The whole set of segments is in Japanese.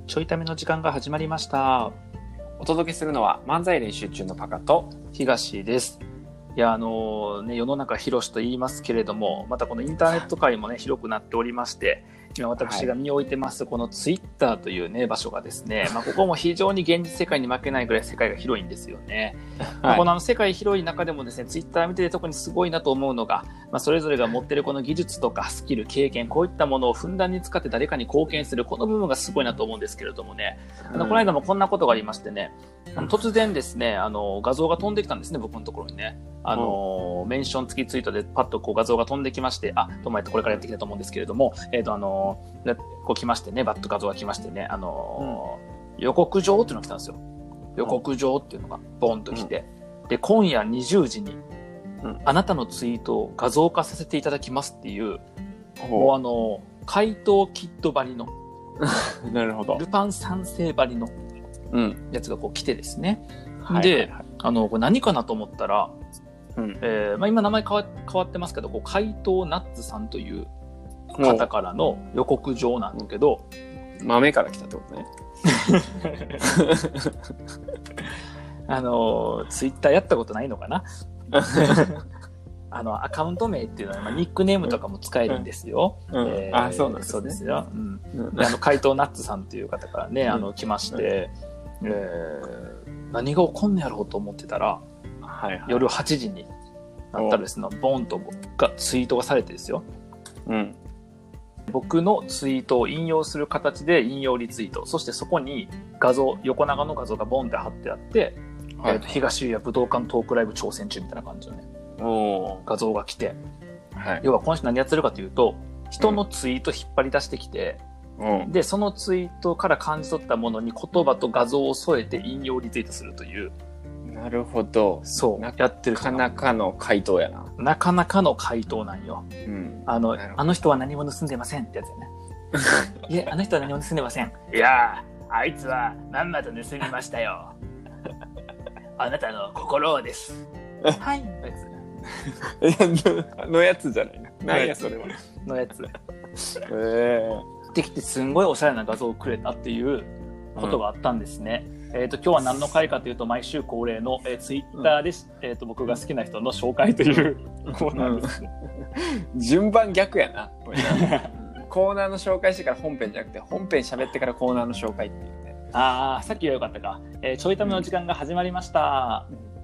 ちょいための時間が始まりました。 お届けするのは漫才練習中のパカと東です。いや世の中広しと言いますけれども、またこのインターネット界もね広くなっておりまして、今私が身を置いてますこのツイッターというね場所がですね、ここも非常に現実世界に負けないぐらい世界が広いんですよね。この世界広い中でもですね、ツイッター見てて特にすごいなと思うのが、それぞれが持ってるこの技術とかスキル、経験、こういったものをふんだんに使って誰かに貢献する、この部分がすごいなと思うんですけれどもね、この間もこんなことがありましてね、突然ですね画像が飛んできたんですね、僕のところにね。メンション付きツイートでパッとこう画像が飛んできまして、これからやってきたと思うんですけれども、こう来ましてね、バッと画像が来ましてね、予告状っていうのが来たんですよ。予告状っていうのがボンと来て、で今夜20時に、あなたのツイートを画像化させていただきますっていう、もう怪盗キッドばりのなるほど、 ルパン三世ばりのやつがこう来てですね、で、これ何かなと思ったら、今名前変わってますけど、怪盗ナッツさんという方からの予告状なんだけど、 豆から来たってことね。 ツイッターやったことないのかな。アカウント名っていうのは、ニックネームとかも使えるんですよ。 そうなんですね。 そうですよ。怪盗ナッツさんっていう方からね、来まして、何が起こんのやろうと思ってたら、夜8時になったらですね、ボンとツイートがされてですよ。僕のツイートを引用する形で引用リツイート、そしてそこに画像、横長の画像がボンって貼ってあって、東優也武道館トークライブ挑戦中みたいな感じのね、画像が来て、要はこの人何やってるかというと、人のツイート引っ張り出してきて、でそのツイートから感じ取ったものに言葉と画像を添えて引用リツイートするという。 なるほど。 そうやってる。 なかなかの回答やな。 なかなかの回答なんよ。あの人は何も盗んでませんってやつよね。いや、あの人は何も盗んでません。いやー、あいつはまんまと盗みましたよ。あなたの心をです。はい。 のやつじゃないな。何やそれは。 のやつ。できてすんごいおしゃれな画像をくれたっていうことがあったんですね。今日は何の回かというと、毎週恒例の、ツイッターで、僕が好きな人の紹介というコーナーです。 順番逆やな。コーナーの紹介してから本編じゃなくて、本編喋ってからコーナーの紹介っていうね。 さっきはよかったか。ちょいための時間が始まりました。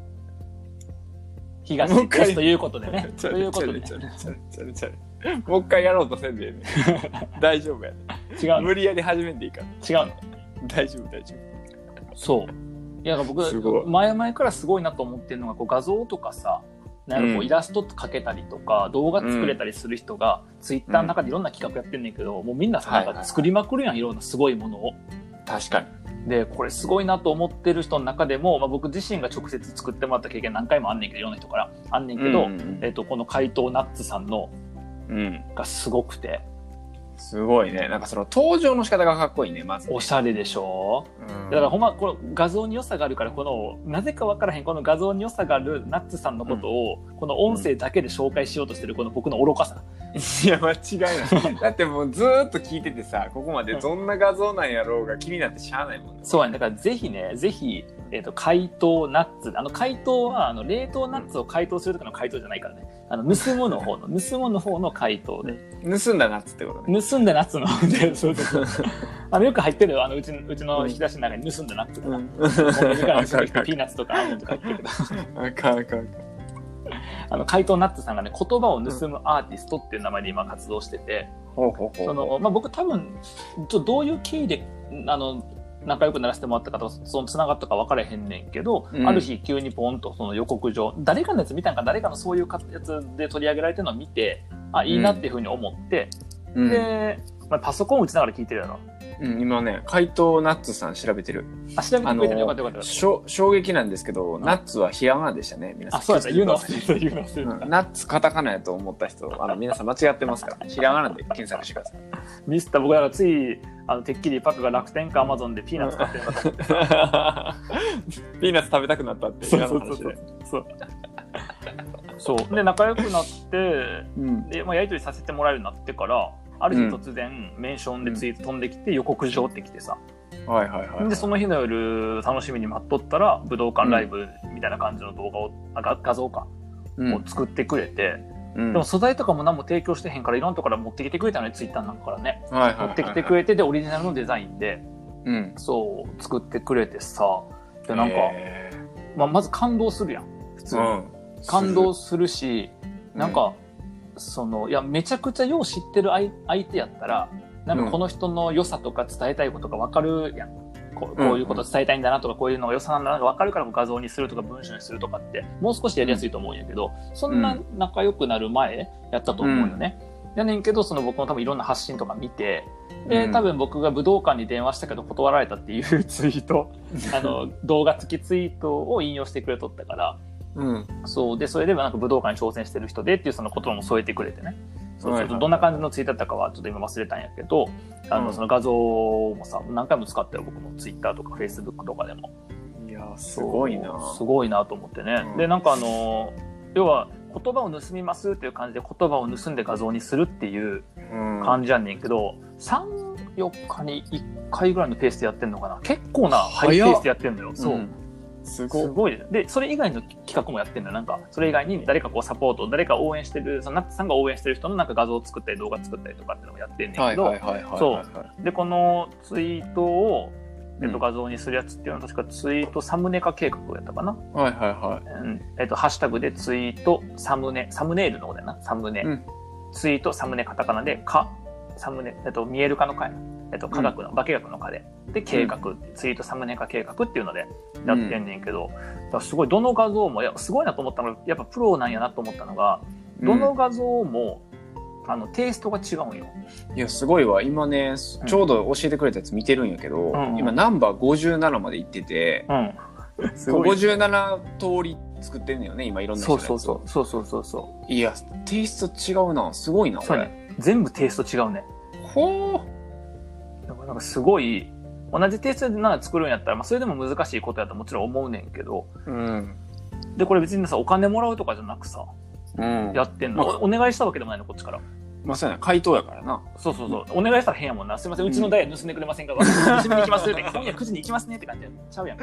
東ですということでね。ということで。 もう一回やろうとせんでね。大丈夫やね。 違う。 無理やり始めていいから。 違うの。 大丈夫。 そう。いや、僕前々からすごいなと思ってるのが、画像とかさ、イラスト描けたりとか動画作れたりする人が、ツイッターの中でいろんな企画やってんねんけど、もうみんなさ、なんか作りまくるやん、いろんなすごいものを。 確かに。 でこれすごいなと思ってる人の中でも、僕自身が直接作ってもらった経験何回もあんねんけど、いろんな人からあんねんけど、この怪盗ナッツさんの、がすごくて。 すごいね。なんかその登場の仕方がかっこいいね、まずね。 おしゃれでしょ。だからほんまこの画像に良さがあるから、このなぜか分からへんこの画像に良さがあるナッツさんのことを、この音声だけで紹介しようとしてるこの僕の愚かさ。 いや間違いない。だってもうずーっと聞いててさ、ここまでどんな画像なんやろうが気になってしゃあないもんね。 そうやね。だからぜひ怪盗ナッツ、怪盗は冷凍ナッツを解凍するとかの怪盗じゃないからね。盗むの方の怪盗で。 盗んだナッツってことね。 盗んだナッツの方で、そう。よく入ってるよ。うちの引き出しの中に盗んだナッツとか。ピーナッツとかアーモンドとか入ってるけど。 あかん。 怪盗ナッツさんがね、言葉を盗むアーティストっていう名前で今活動してて、僕多分どういう経緯で仲良くならせてもらったかとその繋がったか分からへんねんけど、ある日急にポンとその予告状、誰かのやつ見たんか、誰かのそういうやつで取り上げられてるのを見て、いいなっていうふうに思って、で、パソコン打ちながら聞いてるやろ。 今ね、怪盗ナッツさん調べてる。 調べてくれてる。よかった。 衝撃なんですけど、ナッツはひらがなでしたね、皆さん。 そうやった。言うの。 ナッツカタカナやと思った人、皆さん間違ってますから、ひらがなで検索してください。 ミスった。僕だからついてっきりパクが楽天かアマゾンでピーナッツ買ってるのかと思って。 ピーナッツ食べたくなったっていう話で。 そうで仲良くなって、でやり取りさせてもらえるようになってから、ある日突然、メンションでツイート飛んできて、予告状ってきてさ、 はいはいはい。 でその日の夜楽しみに待っとったら武道館ライブみたいな感じの動画を、画像か、を作ってくれて、でも素材とかも何も提供してへんからいろんなところから持ってきてくれたのにツイッターなんかからね、持ってきてくれて、でオリジナルのデザインで、そう作ってくれてさ、でなんか、まず感動するやん普通に、感動するし、なんかいやめちゃくちゃよう知ってる相手やったらなんかこの人の良さとか伝えたいことが分かるやん。こういうこと伝えたいんだなとか、こういうのが良さなんだなとか分かるから画像にするとか文章にするとかってもう少しやりやすいと思うんやけど、そんな仲良くなる前やったと思うよね。やねんけど僕も多分いろんな発信とか見て、で多分僕が武道館に電話したけど断られたっていうツイート動画付きツイートを引用してくれとったから、そうでそれでもなんか武道館に挑戦してる人でっていうその言葉も添えてくれてね。どんな感じのツイートだったかはちょっと今忘れたんやけど、その画像もさ何回も使ったよ、僕もツイッターとかフェイスブックとかでも。 いやすごいな、 すごいなと思ってね。でなんか要は言葉を盗みますっていう感じで言葉を盗んで画像にするっていう感じやんねんけど、3、4日に1回ぐらいのペースでやってんのかな。結構なハイペースでやってんのよ。そう。すごいで、それ以外の企画もやってんのよ。なんかそれ以外に誰かこうサポート、誰か応援してる、そのナッツさんが応援してる人のなんか画像を作ったり動画作ったりとかっていうのもやってんねんけど、そうでこのツイートを画像にするやつっていうのは確かツイートサムネ化計画やったかな。ハッシュタグでツイートサムネイルの方だよな。サムネ、ツイートサムネカタカナでサムネ見える化の化やな。科学の化学の化で計画、ツイートサムネ化計画っていうのでやってんねんけど、だからすごいどの画像もすごいなと思ったのが、やっぱプロなんやなと思ったのが、どの画像もテイストが違うんよ。 いやすごいわ。今ねちょうど教えてくれたやつ見てるんやけど、今ナンバー57まで行ってて、57通り作ってんねよね今いろんな人のやつ。そう。いやテイスト違うな。すごいなこれ。 全部テイスト違うね。 ほー。 なんかすごい同じテイストでなんか作るんやったら、それでも難しいことやともちろん思うねんけど、でこれ別にさお金もらうとかじゃなくさ、やってんの、お願いしたわけでもないのこっちから。 そうやな、回答やからな。 そうお願いしたら変やもんな。すいませんうちのダイヤ盗んでくれませんか、盗みに行きますって今夜9時に行きますねって感じちゃうやん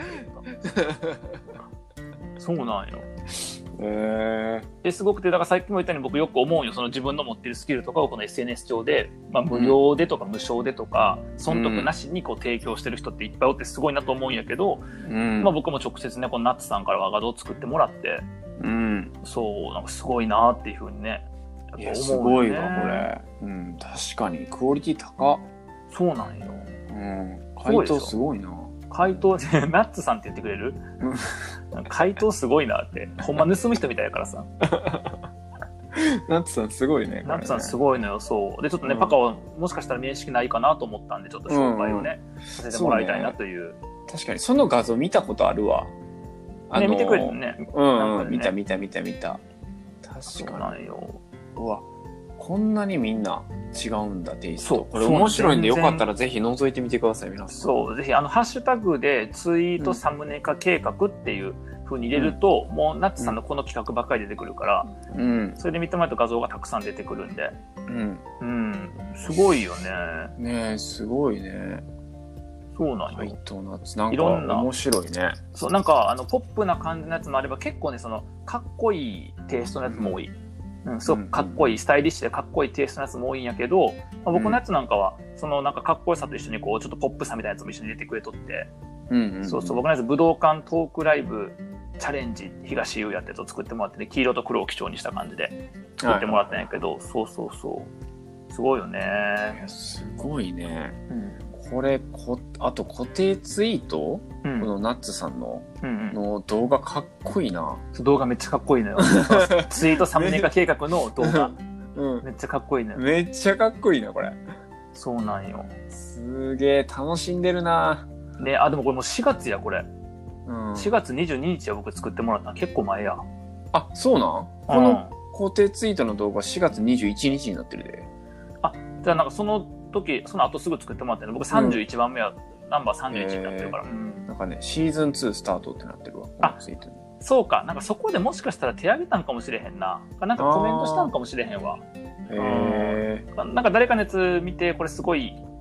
そうなんよ。すごくて、だからさっきも言ったように僕よく思うよ。その自分の持ってるスキルとかをこの SNS 上で、無料でとか無償でとか損得なしにこう提供してる人っていっぱいおってすごいなと思うんやけど、僕も直接ねこのナッツさんからは画像を作ってもらって、そうなんかすごいなっていう風にね。 いやすごいわこれ。確かにクオリティ高っ。 そうなんよ。 回答すごいな。 回答でナッツさんって言ってくれる？回答すごいなって。ほんま盗む人みたいだからさ。 ナッツさんすごいね。 ナッツさんすごいのよ。そうでちょっとね、パカはもしかしたら面識ないかなと思ったんでちょっと紹介をね、させてもらいたいなという。 確かにその画像見たことあるわ。 見てくれるね。 見た。確かによ。うわこんなにみんな違うんだテイスト。これ面白いんでよかったらぜひ覗いてみてください皆さん。 そうぜひハッシュタグでツイートサムネ化計画っていう風に入れると、もうナッツさんのこの企画ばっかり出てくるから、それで見てもらうと画像がたくさん出てくるんで、すごいよね。 ねすごいね。 そうなんよ。 回答のやつなんか面白いね。 そうなんかポップな感じのやつもあれば結構ねかっこいいテイストのやつも多い。すごくかっこいいスタイリッシュでかっこいいテイストのやつも多いんやけど、僕のやつなんかはそのなんかかっこよさと一緒にこうちょっとポップさみたいなやつも一緒に入れてくれとって、僕のやつ武道館トークライブチャレンジ東優也ってやつを作ってもらってね、黄色と黒を基調にした感じで作ってもらったんやけど、すごいよね。 すごいね。これあと固定ツイート、このナッツさんの動画かっこいいな。 動画めっちゃかっこいいのよ。ツイートサムネ化計画の動画、めっちゃかっこいいのよ。 めっちゃかっこいいなこれ。 そうなんよ。 すげえ楽しんでるな。 ね、でもこれもう4月やこれ。4月22日は僕作ってもらったの結構前や。 あ、そうなん？この固定ツイートの動画4月21日になってるで。 じゃあなんかその後すぐ作ってもらってるの。僕31番目はナンバー31になってるから。 なんかね、シーズン2スタートってなってるわ。このツイートに。 そうか。なんかそこでもしかしたら手挙げたんかもしれへんな。なんかコメントしたんかもしれへんわ。なんか誰かのやつ見て、これすごい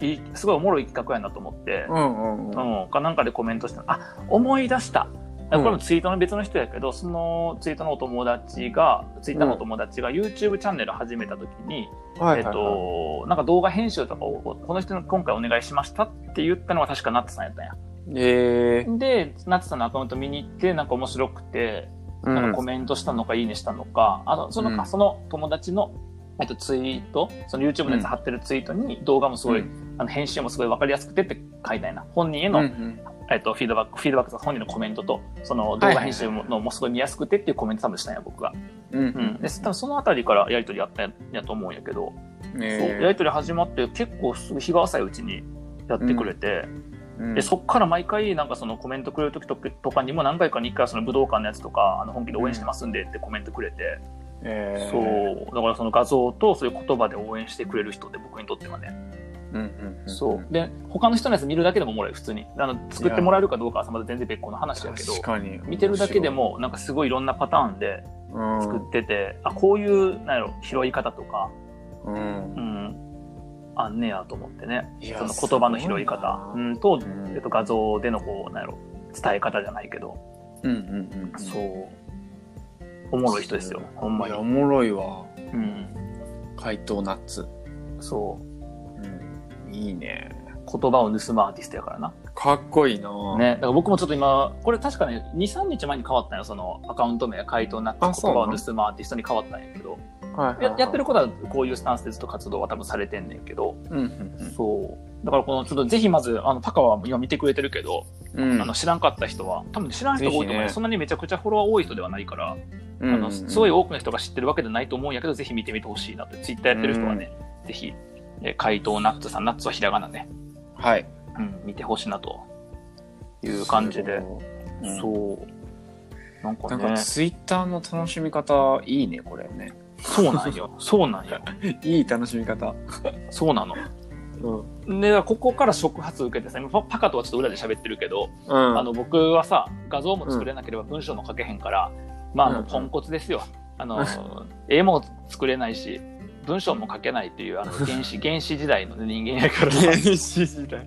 すごいおもろい企画やなと思って、かなんかでコメントした。思い出した。これもツイートの別の人やけど、そのツイートのお友達が、ツイッターのお友達が YouTube チャンネル始めた時に、なんか動画編集とかをこの人に今回お願いしましたって言ったのは確かナッツさんやったんや。で、ナッツさんのアカウント見に行って、なんか面白くて、なんかコメントしたのかいいねしたのか、その友達のツイート、その YouTube のやつ貼ってるツイートに動画もすごい、編集もすごい分かりやすくてって書いたんやな。本人への、フィードバックと本人のコメントと、その動画編集のもすごい見やすくてっていうコメント多分したんや、僕が。で、多分そのあたりからやりとりやったんやと思うんやけど、そうやりとり始まって結構すぐ日が浅いうちにやってくれて、でそっから毎回なんかそのコメントくれる時とかにも何回かに1回その武道館のやつとか本気で応援してますんでってコメントくれて、そうだからその画像とそういう言葉で応援してくれる人で僕にとってはね、そうで他の人のやつ見るだけでもおもろい普通に作ってもらえるかどうかはまだ全然別個の話だけど、見てるだけでもなんかすごいいろんなパターンで作ってて、こういうなんやろ拾い方とか、あんねやと思ってね、その言葉の拾い方、と、画像でのこうなんやろ伝え方じゃないけど、そうおもろい人ですよ、ほんまに。 いやおもろいわ。怪盗ナッツ。 そう。いいね。 言葉を盗むアーティストやからな。 かっこいいな。 ね、だから僕もちょっと今これ確かね2、3日前に変わったんよ、そのアカウント名怪盗ナッツ言葉を盗むアーティストに変わったんやけど。やってることはこういうスタンスでずっと活動は多分されてんねんけど、そうだからこのちょっとぜひまずパカは今見てくれてるけど、知らんかった人は多分知らん人が多いと思う、そんなにめちゃくちゃフォロワー多い人ではないから、すごい多くの人が知ってるわけじゃないと思うんやけど、ぜひ見てみてほしいなと。ツイッターやってる人はね、ぜひ怪盗ナッツさん、ナッツはひらがなね、見てほしいなという感じで、そうなんかね、 ツイッターの楽しみ方いいねこれね。 そうなんよ。そうなんよ。 いい楽しみ方。 そうなの。で、ここから触発を受けてさ、今パカとはちょっと裏で喋ってるけど、僕はさ、画像も作れなければ文章も書けへんから、ポンコツですよ。絵も作れないし、文章も書けないっていう、原始時代の人間やから。 原始時代。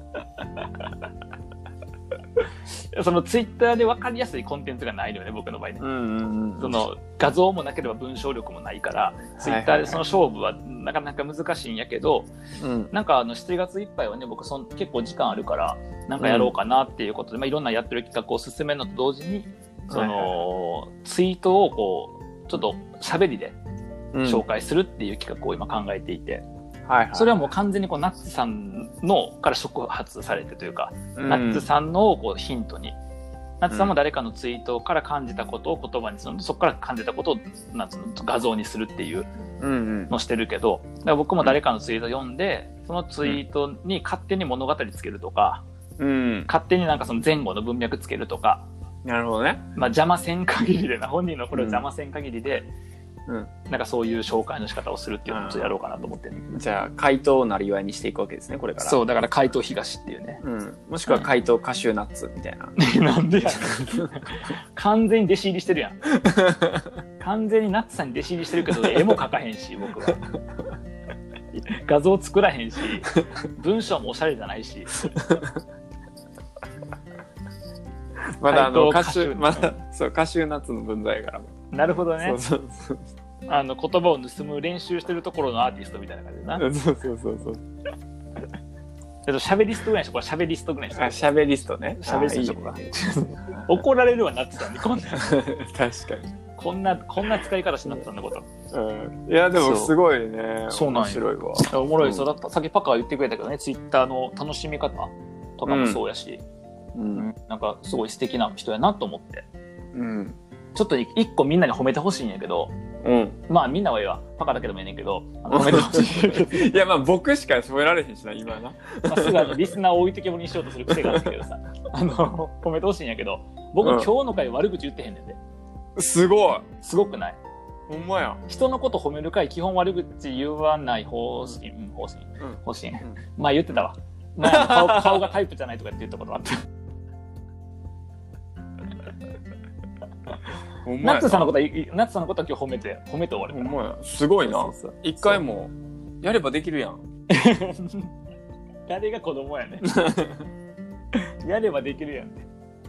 そのツイッターで分かりやすいコンテンツがないのよね、僕の場合ね。その画像もなければ文章力もないから、ツイッターでその勝負はなかなか難しいんやけど、なんか7月いっぱいはね、僕結構時間あるからなんかやろうかなっていうことで、いろんなやってる企画を進めるのと同時に、そのツイートをこうちょっと喋りで紹介するっていう企画を今考えていて、それはもう完全にこうナッツさんのから触発されてというか、ナッツさんのこうヒントに、ナッツさんも誰かのツイートから感じたことを言葉にする、そこから感じたことを画像にするっていうのをしてるけど、だから僕も誰かのツイート読んで、そのツイートに勝手に物語つけるとか、勝手になんかその前後の文脈つけるとか、 なるほどね。 邪魔せん限りでな、本人のこれを邪魔せん限りで、なんかそういう紹介の仕方をするっていうのをちょっとやろうかなと思ってるんだけど、 じゃあ怪盗をなりわいにしていくわけですね、これから。 そうだから怪盗東っていうね、 もしくは怪盗カシューナッツみたいな。 なんでやねん。完全に弟子入りしてるやん。完全にナッツさんに弟子入りしてるけど絵も描かへんし、僕は画像作らへんし、文章もおしゃれじゃないし。 まだカシューナッツの分際から。 なるほどね。言葉を盗む練習してるところのアーティストみたいな感じでな。喋りストぐらいにしよう。これ喋りストぐらいにしよう。 喋りストね。 喋りストとか。怒られるわなってたんで、こんな。 確かに。 こんな使い方しなってたんだこと。 いやでもすごいね。 そうなん面白いわ。 おもろい。そうだった。さっきパカは言ってくれたけどね、ツイッターの楽しみ方とかもそうやし、なんかすごい素敵な人やなと思って。ちょっと一個みんなに褒めてほしいんやけど、みんなはパカだけでもいいねんけど、褒めてほしい。 いや僕しか褒められへんしな、今な。 すぐリスナーを置いてけぼりにしようとする癖があるんだけどさ、褒めてほしいんやけど、僕今日の回悪口言ってへんねんで。 すごい。 すごくない？ ほんまや。 人のこと褒める回基本悪口言わない方針。言ってたわ。顔がタイプじゃないとかって言ったことあった。ナッツさんのことは今日褒めて終わるから。 すごいな。一回もやればできるやん。 誰が子供やねんやればできるやんね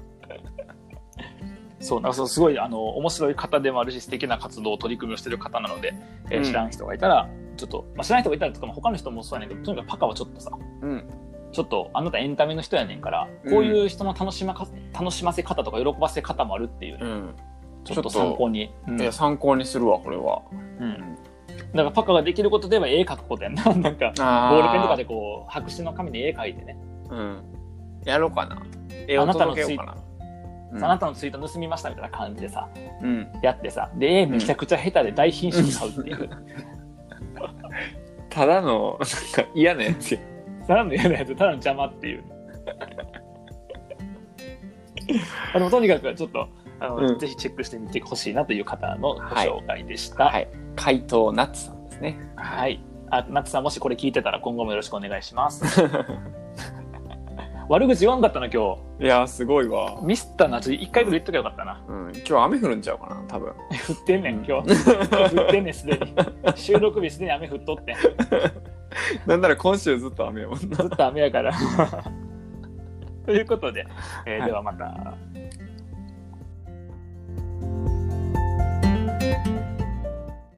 そうなんかすごい面白い方でもあるし素敵な活動取り組みをしてる方なので、知らん人がいたらちょっと、知らない人がいたらとか他の人もそうやねんけどとにかくパカはちょっとさ、ちょっとあなたエンタメの人やねんからこういう人の楽しませ方とか喜ばせ方もあるっていうね、ちょっと参考に、 いや参考にするわこれは。 だからパカができることでは絵描くことやんななんかボールペンとかでこう白紙の紙に絵描いてね、 やろうかな。絵を届けようかな。 あなたのツイート盗みましたみたいな感じでさ、やってさで絵めちゃくちゃ下手で大品種に買うっていう、 ただのなんか嫌なやつや。 ただの嫌なやつ、ただの邪魔っていうとにかくちょっとぜひチェックしてみてほしいなという方のご紹介でした。 怪盗ナッツさんですね。 はい。ナッツさんもしこれ聞いてたら今後もよろしくお願いします悪口言わんかったな今日。いやすごいわ。 ミスったな。1回ぐらい言っときゃよかったな。 今日雨降るんちゃうかな多分。 降ってんねん今日。降ってんねんすでに。収録日すでに雨降っとってん。 なんなら今週ずっと雨やもんな。 ずっと雨やから。ということで、ではまた。